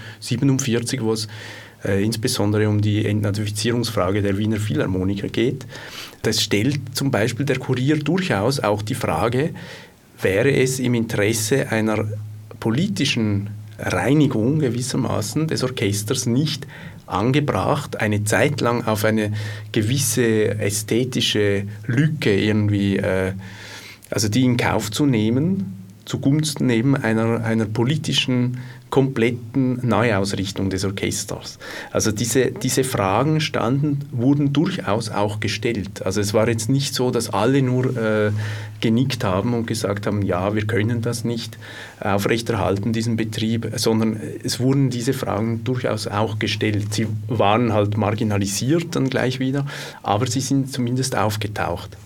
1947, wo es insbesondere um die Entnazifizierungsfrage der Wiener Philharmoniker geht. Das stellt zum Beispiel der Kurier durchaus auch die Frage, wäre es im Interesse einer politischen Reinigung gewissermaßen des Orchesters nicht angebracht, eine Zeit lang auf eine gewisse ästhetische Lücke irgendwie, also die in Kauf zu nehmen, zugunsten eben einer politischen, kompletten Neuausrichtung des Orchesters. Also diese Fragen wurden durchaus auch gestellt. Also es war jetzt nicht so, dass alle nur genickt haben und gesagt haben, ja, wir können das nicht aufrechterhalten, diesen Betrieb, sondern es wurden diese Fragen durchaus auch gestellt. Sie waren halt marginalisiert dann gleich wieder, aber sie sind zumindest aufgetaucht.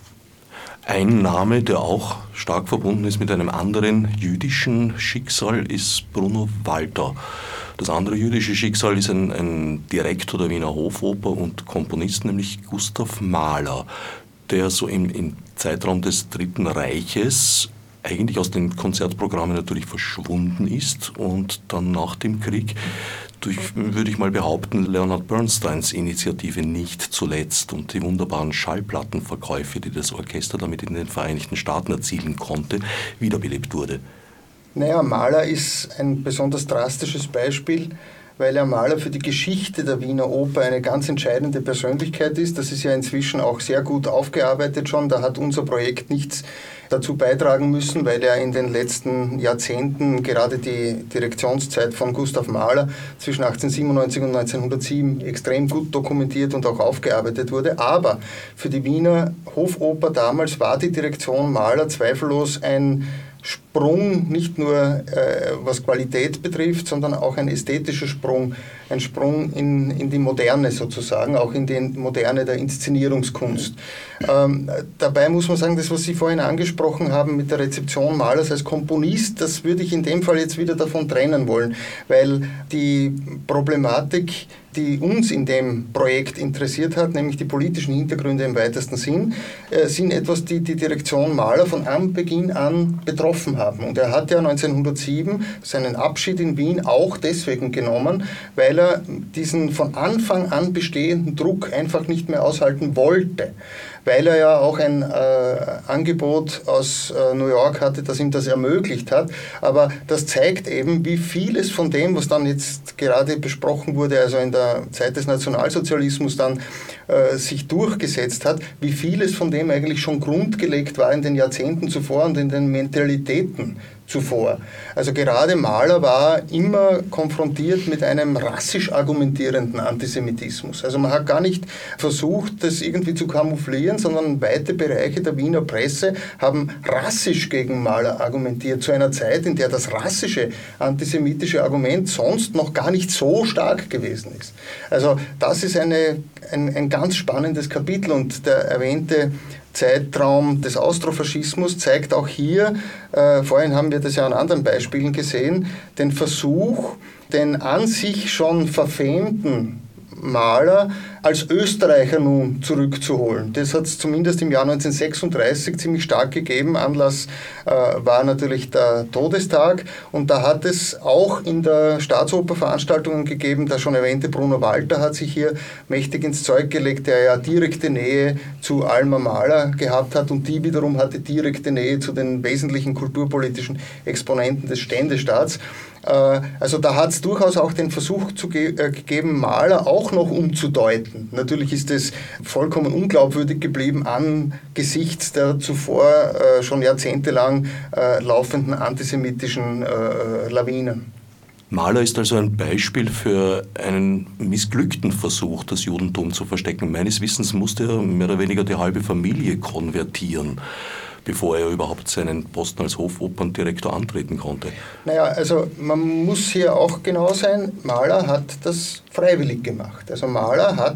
Ein Name, der auch stark verbunden ist mit einem anderen jüdischen Schicksal, ist Bruno Walter. Das andere jüdische Schicksal ist ein Direktor der Wiener Hofoper und Komponist, nämlich Gustav Mahler, der so im Zeitraum des Dritten Reiches eigentlich aus den Konzertprogrammen natürlich verschwunden ist und dann nach dem Krieg durch, würde ich mal behaupten, Leonard Bernsteins Initiative nicht zuletzt und die wunderbaren Schallplattenverkäufe, die das Orchester damit in den Vereinigten Staaten erzielen konnte, wiederbelebt wurde. Naja, Mahler ist ein besonders drastisches Beispiel, weil er Mahler für die Geschichte der Wiener Oper eine ganz entscheidende Persönlichkeit ist. Das ist ja inzwischen auch sehr gut aufgearbeitet schon. Da hat unser Projekt nichts dazu beitragen müssen, weil er in den letzten Jahrzehnten, gerade die Direktionszeit von Gustav Mahler zwischen 1897 und 1907 extrem gut dokumentiert und auch aufgearbeitet wurde. Aber für die Wiener Hofoper damals war die Direktion Mahler zweifellos ein Sprung, nicht nur was Qualität betrifft, sondern auch ein ästhetischer Sprung, ein Sprung in die Moderne sozusagen, auch in die Moderne der Inszenierungskunst. Dabei muss man sagen, das, was Sie vorhin angesprochen haben mit der Rezeption Mahlers als Komponist, das würde ich in dem Fall jetzt wieder davon trennen wollen, weil die Problematik, die uns in dem Projekt interessiert hat, nämlich die politischen Hintergründe im weitesten Sinn, sind etwas, die die Direktion Mahler von Anbeginn an betroffen haben. Und er hat ja 1907 seinen Abschied in Wien auch deswegen genommen, weil er diesen von Anfang an bestehenden Druck einfach nicht mehr aushalten wollte. Weil er ja auch ein Angebot aus New York hatte, das ihm das ermöglicht hat. Aber das zeigt eben, wie vieles von dem, was dann jetzt gerade besprochen wurde, also in der Zeit des Nationalsozialismus dann sich durchgesetzt hat, wie vieles von dem eigentlich schon grundgelegt war in den Jahrzehnten zuvor und in den Mentalitäten zuvor. Also gerade Mahler war immer konfrontiert mit einem rassisch argumentierenden Antisemitismus. Also man hat gar nicht versucht, das irgendwie zu kamouflieren, sondern weite Bereiche der Wiener Presse haben rassisch gegen Mahler argumentiert, zu einer Zeit, in der das rassische antisemitische Argument sonst noch gar nicht so stark gewesen ist. Also das ist ein ganz spannendes Kapitel und der erwähnte Zeitraum des Austrofaschismus zeigt auch hier, vorhin haben wir das ja an anderen Beispielen gesehen, den Versuch, den an sich schon verfemten Mahler als Österreicher nun zurückzuholen. Das hat es zumindest im Jahr 1936 ziemlich stark gegeben. Anlass war natürlich der Todestag und da hat es auch in der Staatsoper Veranstaltungen gegeben. Der schon erwähnte Bruno Walter hat sich hier mächtig ins Zeug gelegt, der ja direkte Nähe zu Alma Mahler gehabt hat und die wiederum hatte direkte Nähe zu den wesentlichen kulturpolitischen Exponenten des Ständestaats. Also da hat es durchaus auch den Versuch gegeben, Mahler auch noch umzudeuten. Natürlich ist es vollkommen unglaubwürdig geblieben angesichts der zuvor schon jahrzehntelang laufenden antisemitischen Lawinen. Mahler ist also ein Beispiel für einen missglückten Versuch, das Judentum zu verstecken. Meines Wissens musste er mehr oder weniger die halbe Familie konvertieren, bevor er überhaupt seinen Posten als Hofoperndirektor antreten konnte. Naja, also man muss hier auch genau sein, Mahler hat das freiwillig gemacht. Also Mahler hat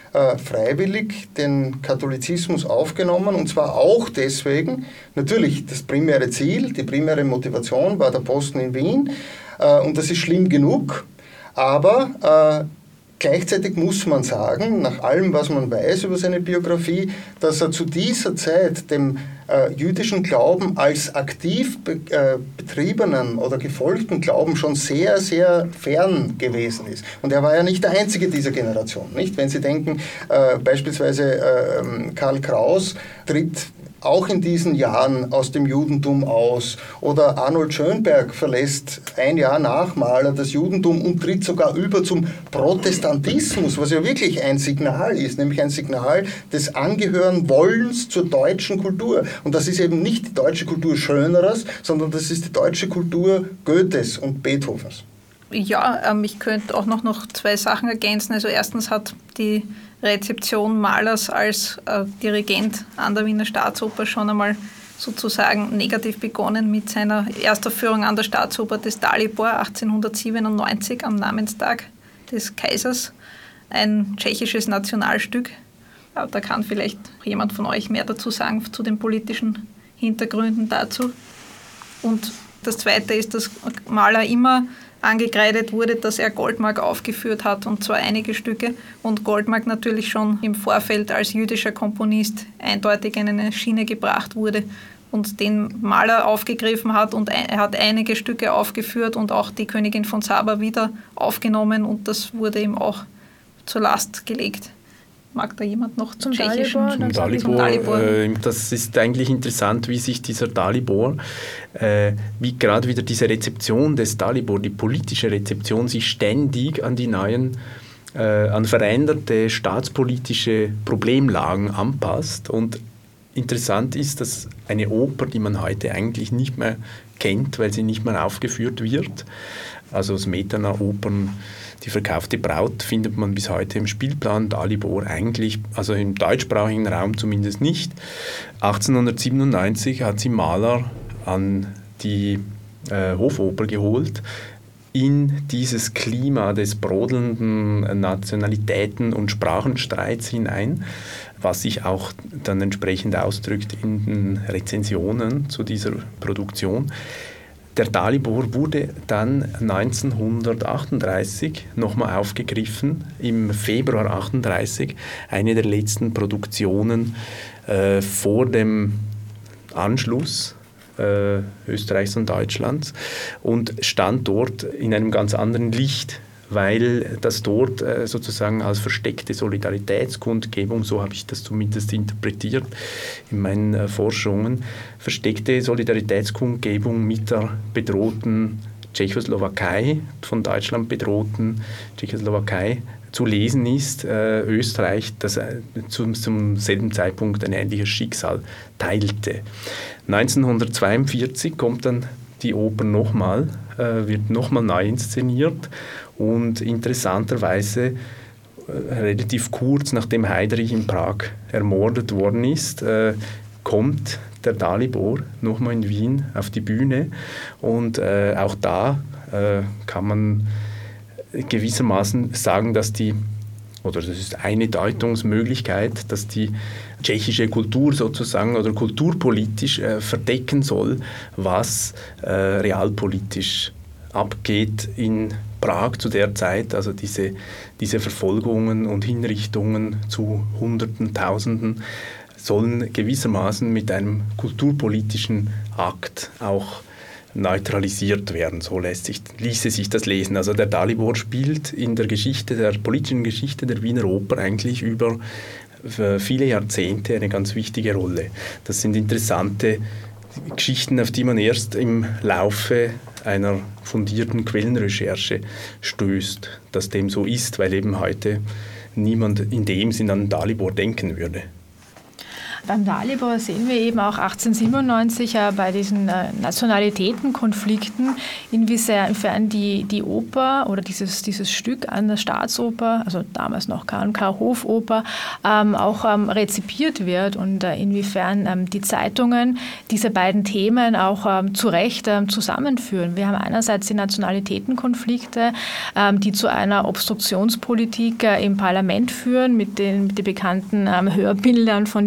freiwillig den Katholizismus aufgenommen und zwar auch deswegen, natürlich das primäre Ziel, die primäre Motivation war der Posten in Wien und das ist schlimm genug, aber Gleichzeitig muss man sagen, nach allem, was man weiß über seine Biografie, dass er zu dieser Zeit dem jüdischen Glauben als aktiv betriebenen oder gefolgten Glauben schon sehr, sehr fern gewesen ist. Und er war ja nicht der Einzige dieser Generation. Nicht? Wenn Sie denken, beispielsweise Karl Kraus tritt auch in diesen Jahren aus dem Judentum aus. Oder Arnold Schönberg verlässt ein Jahr nach Mahler das Judentum und tritt sogar über zum Protestantismus, was ja wirklich ein Signal ist, nämlich ein Signal des Angehörenwollens zur deutschen Kultur. Und das ist eben nicht die deutsche Kultur Schönerers, sondern das ist die deutsche Kultur Goethes und Beethovens. Ja, ich könnte auch noch zwei Sachen ergänzen. Also erstens hat die Rezeption Mahlers als Dirigent an der Wiener Staatsoper schon einmal sozusagen negativ begonnen mit seiner Erstaufführung an der Staatsoper des Dalibor 1897 am Namenstag des Kaisers. Ein tschechisches Nationalstück. Aber da kann vielleicht jemand von euch mehr dazu sagen, zu den politischen Hintergründen dazu. Und das Zweite ist, dass Mahler immer angekreidet wurde, dass er Goldmark aufgeführt hat, und zwar einige Stücke. Und Goldmark natürlich schon im Vorfeld als jüdischer Komponist eindeutig in eine Schiene gebracht wurde und den Mahler aufgegriffen hat, und er hat einige Stücke aufgeführt und auch die Königin von Saba wieder aufgenommen, und das wurde ihm auch zur Last gelegt. Mag da jemand noch zum Tschechischen? Zum Dalibor. Das ist eigentlich interessant, wie sich dieser Dalibor, wie gerade wieder diese Rezeption des Dalibor, die politische Rezeption, sich ständig an die neuen, an veränderte staatspolitische Problemlagen anpasst. Und interessant ist, dass eine Oper, die man heute eigentlich nicht mehr kennt, weil sie nicht mehr aufgeführt wird, also Smetana-Opern, Die verkaufte Braut findet man bis heute im Spielplan, Dalibor eigentlich, also im deutschsprachigen Raum zumindest nicht. 1897 hat sie Mahler an die Hofoper geholt, in dieses Klima des brodelnden Nationalitäten- und Sprachenstreits hinein, was sich auch dann entsprechend ausdrückt in den Rezensionen zu dieser Produktion. Der Dalibor wurde dann 1938 nochmal aufgegriffen, im Februar 1938, eine der letzten Produktionen vor dem Anschluss Österreichs und Deutschlands, und stand dort in einem ganz anderen Licht, weil das dort sozusagen als versteckte Solidaritätskundgebung, so habe ich das zumindest interpretiert in meinen Forschungen, versteckte Solidaritätskundgebung mit der bedrohten Tschechoslowakei, von Deutschland bedrohten Tschechoslowakei zu lesen ist. Österreich, das zum selben Zeitpunkt ein ähnliches Schicksal teilte. 1942 kommt dann die Oper nochmal, wird nochmal neu inszeniert, und interessanterweise relativ kurz nachdem Heydrich in Prag ermordet worden ist, kommt der Dalibor nochmal in Wien auf die Bühne, und auch da kann man gewissermaßen sagen, dass das ist eine Deutungsmöglichkeit, dass die tschechische Kultur sozusagen oder kulturpolitisch verdecken soll, was realpolitisch abgeht in Prag zu der Zeit, also diese Verfolgungen und Hinrichtungen zu Hunderten, Tausenden sollen gewissermaßen mit einem kulturpolitischen Akt auch neutralisiert werden. So ließe sich das lesen. Also der Dalibor spielt in der politischen Geschichte der Wiener Oper eigentlich über viele Jahrzehnte eine ganz wichtige Rolle. Das sind interessante Geschichten, auf die man erst im Laufe einer fundierten Quellenrecherche stößt, dass dem so ist, weil eben heute niemand in dem Sinn an Dalibor denken würde. Beim Dalibor sehen wir eben auch 1897 bei diesen Nationalitätenkonflikten, inwiefern die Oper oder dieses Stück an der Staatsoper, also damals noch K&K Hofoper, auch rezipiert wird, und inwiefern die Zeitungen diese beiden Themen auch zu Recht zusammenführen. Wir haben einerseits die Nationalitätenkonflikte, die zu einer Obstruktionspolitik im Parlament führen, mit den bekannten Hörbildern von diesen Klappern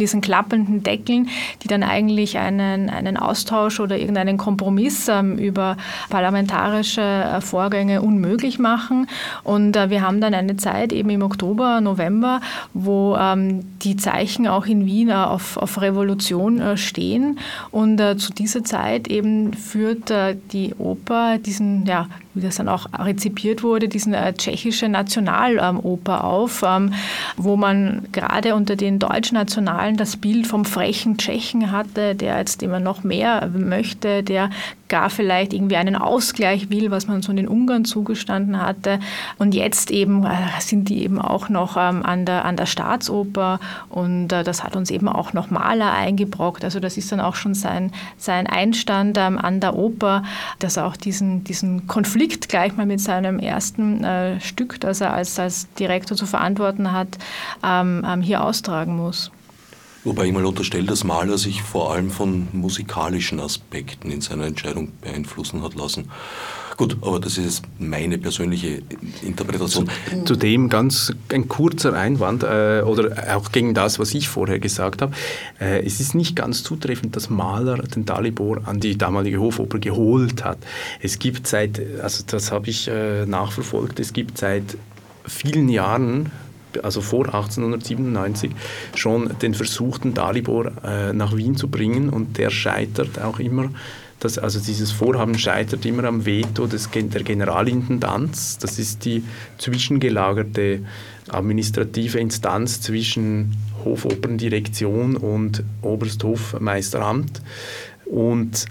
stapelnden Deckeln, die dann eigentlich einen Austausch oder irgendeinen Kompromiss über parlamentarische Vorgänge unmöglich machen. Und wir haben dann eine Zeit eben im Oktober, November, wo die Zeichen auch in Wien auf Revolution stehen. Und zu dieser Zeit eben führt die Oper diesen, ja, wie das dann auch rezipiert wurde, diesen tschechische Nationaloper auf, wo man gerade unter den Deutschnationalen das Bild vom frechen Tschechen hatte, der jetzt immer noch mehr möchte, der gar vielleicht irgendwie einen Ausgleich will, was man so in den Ungarn zugestanden hatte. Und jetzt eben sind die eben auch noch an der Staatsoper und das hat uns eben auch noch Mahler eingebrockt. Also das ist dann auch schon sein Einstand an der Oper, dass er auch diesen Konflikt gleich mal mit seinem ersten Stück, das er als Direktor zu verantworten hat, hier austragen muss. Wobei ich mal unterstelle, dass Mahler sich vor allem von musikalischen Aspekten in seiner Entscheidung beeinflussen hat lassen. Gut, aber das ist meine persönliche Interpretation. Zudem ganz ein kurzer Einwand oder auch gegen das, was ich vorher gesagt habe. Es ist nicht ganz zutreffend, dass Mahler den Dalibor an die damalige Hofoper geholt hat. Es gibt also das habe ich nachverfolgt, es gibt seit vielen Jahren, also vor 1897, schon den Versuch, den Dalibor nach Wien zu bringen und der scheitert auch immer. Also dieses Vorhaben scheitert immer am Veto der Generalintendanz. Das ist die zwischengelagerte administrative Instanz zwischen Hofoperndirektion und Obersthofmeisteramt. Und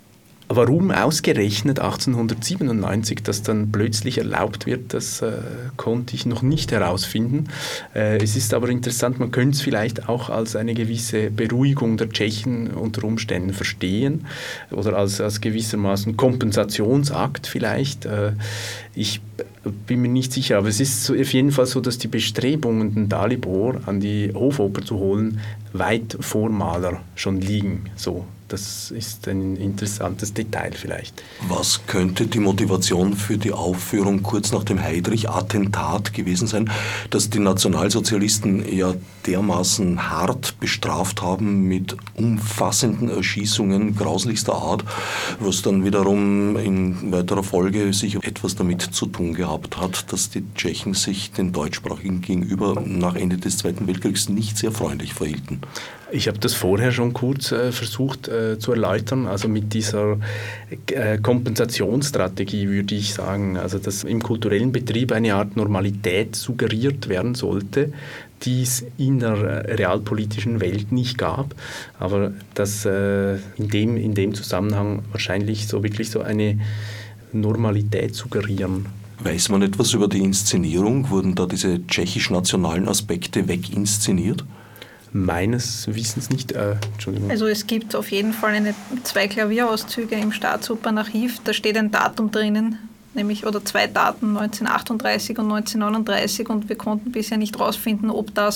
warum ausgerechnet 1897 das dann plötzlich erlaubt wird, das konnte ich noch nicht herausfinden. Es ist aber interessant, man könnte es vielleicht auch als eine gewisse Beruhigung der Tschechen unter Umständen verstehen oder als gewissermaßen Kompensationsakt vielleicht. Ich bin mir nicht sicher, aber es ist auf jeden Fall so, dass die Bestrebungen, den Dalibor an die Hofoper zu holen, weit vor Mahler schon liegen. So. Das ist ein interessantes Detail vielleicht. Was könnte die Motivation für die Aufführung kurz nach dem Heydrich-Attentat gewesen sein, dass die Nationalsozialisten ja dermaßen hart bestraft haben mit umfassenden Erschießungen grauslichster Art, was dann wiederum in weiterer Folge sich etwas damit zu tun gehabt hat, dass die Tschechen sich den Deutschsprachigen gegenüber nach Ende des Zweiten Weltkriegs nicht sehr freundlich verhielten? Ich habe das vorher schon kurz versucht zu erläutern, also mit dieser Kompensationsstrategie würde ich sagen, also dass im kulturellen Betrieb eine Art Normalität suggeriert werden sollte, die es in der realpolitischen Welt nicht gab, aber dass in dem Zusammenhang wahrscheinlich so wirklich so eine Normalität suggerieren. Weiß man etwas über die Inszenierung? Wurden da diese tschechisch-nationalen Aspekte weginszeniert? Meines Wissens nicht. Entschuldigung. Also es gibt auf jeden Fall 2 Klavierauszüge im Staatsopernarchiv. Da steht ein Datum drinnen, nämlich oder 2 Daten, 1938 und 1939. Und wir konnten bisher nicht herausfinden,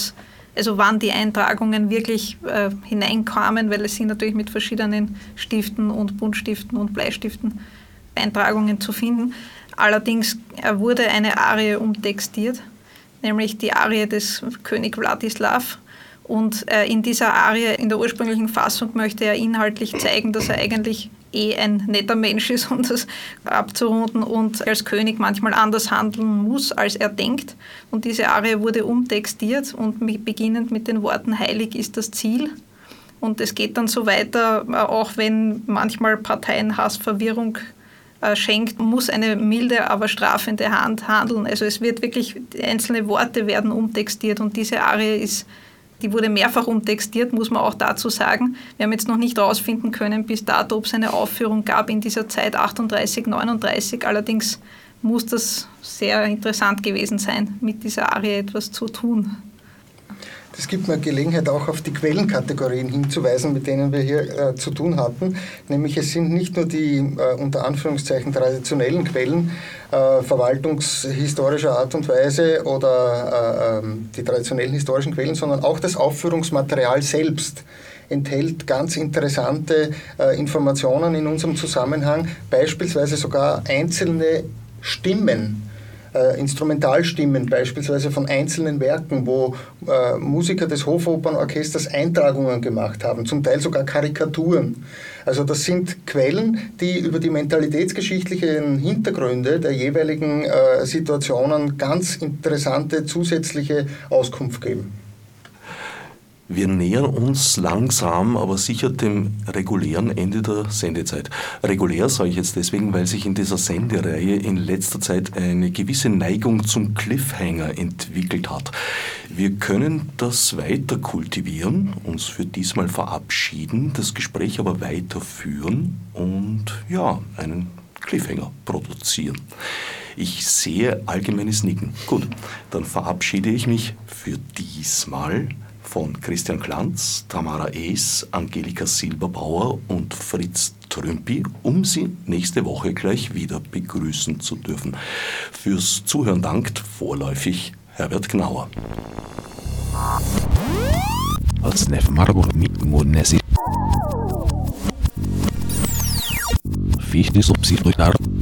wann die Eintragungen wirklich hineinkamen, weil es sind natürlich mit verschiedenen Stiften und Buntstiften und Bleistiften Eintragungen zu finden. Allerdings wurde eine Arie umtextiert, nämlich die Arie des König Wladislaw. Und in dieser Arie, in der ursprünglichen Fassung, möchte er inhaltlich zeigen, dass er eigentlich ein netter Mensch ist, um das abzurunden und als König manchmal anders handeln muss, als er denkt. Und diese Arie wurde umtextiert und beginnend mit den Worten "Heilig ist das Ziel". Und es geht dann so weiter, auch wenn manchmal Parteien Hass, Verwirrung schenkt, muss eine milde, aber strafende Hand handeln. Also es wird wirklich, einzelne Worte werden umtextiert und diese Arie die wurde mehrfach umtextiert, muss man auch dazu sagen. Wir haben jetzt noch nicht herausfinden können bis dato, ob es eine Aufführung gab in dieser Zeit 38, 39. Allerdings muss das sehr interessant gewesen sein, mit dieser Arie etwas zu tun. Das gibt mir Gelegenheit, auch auf die Quellenkategorien hinzuweisen, mit denen wir hier zu tun hatten. Nämlich es sind nicht nur die unter Anführungszeichen traditionellen Quellen verwaltungshistorischer Art und Weise oder die traditionellen historischen Quellen, sondern auch das Aufführungsmaterial selbst enthält ganz interessante Informationen in unserem Zusammenhang, beispielsweise sogar einzelne Stimmen Instrumentalstimmen beispielsweise von einzelnen Werken, wo Musiker des Hofopernorchesters Eintragungen gemacht haben, zum Teil sogar Karikaturen. Also das sind Quellen, die über die mentalitätsgeschichtlichen Hintergründe der jeweiligen Situationen ganz interessante zusätzliche Auskunft geben. Wir nähern uns langsam, aber sicher dem regulären Ende der Sendezeit. Regulär sage ich jetzt deswegen, weil sich in dieser Sendereihe in letzter Zeit eine gewisse Neigung zum Cliffhanger entwickelt hat. Wir können das weiter kultivieren, uns für diesmal verabschieden, das Gespräch aber weiterführen und ja, einen Cliffhanger produzieren. Ich sehe allgemeines Nicken. Gut, dann verabschiede ich mich für diesmal von Christian Glanz, Tamara Ees, Angelika Silberbauer und Fritz Trümpi, um Sie nächste Woche gleich wieder begrüßen zu dürfen. Fürs Zuhören dankt vorläufig Herbert Gnauer. Fichte subsidiar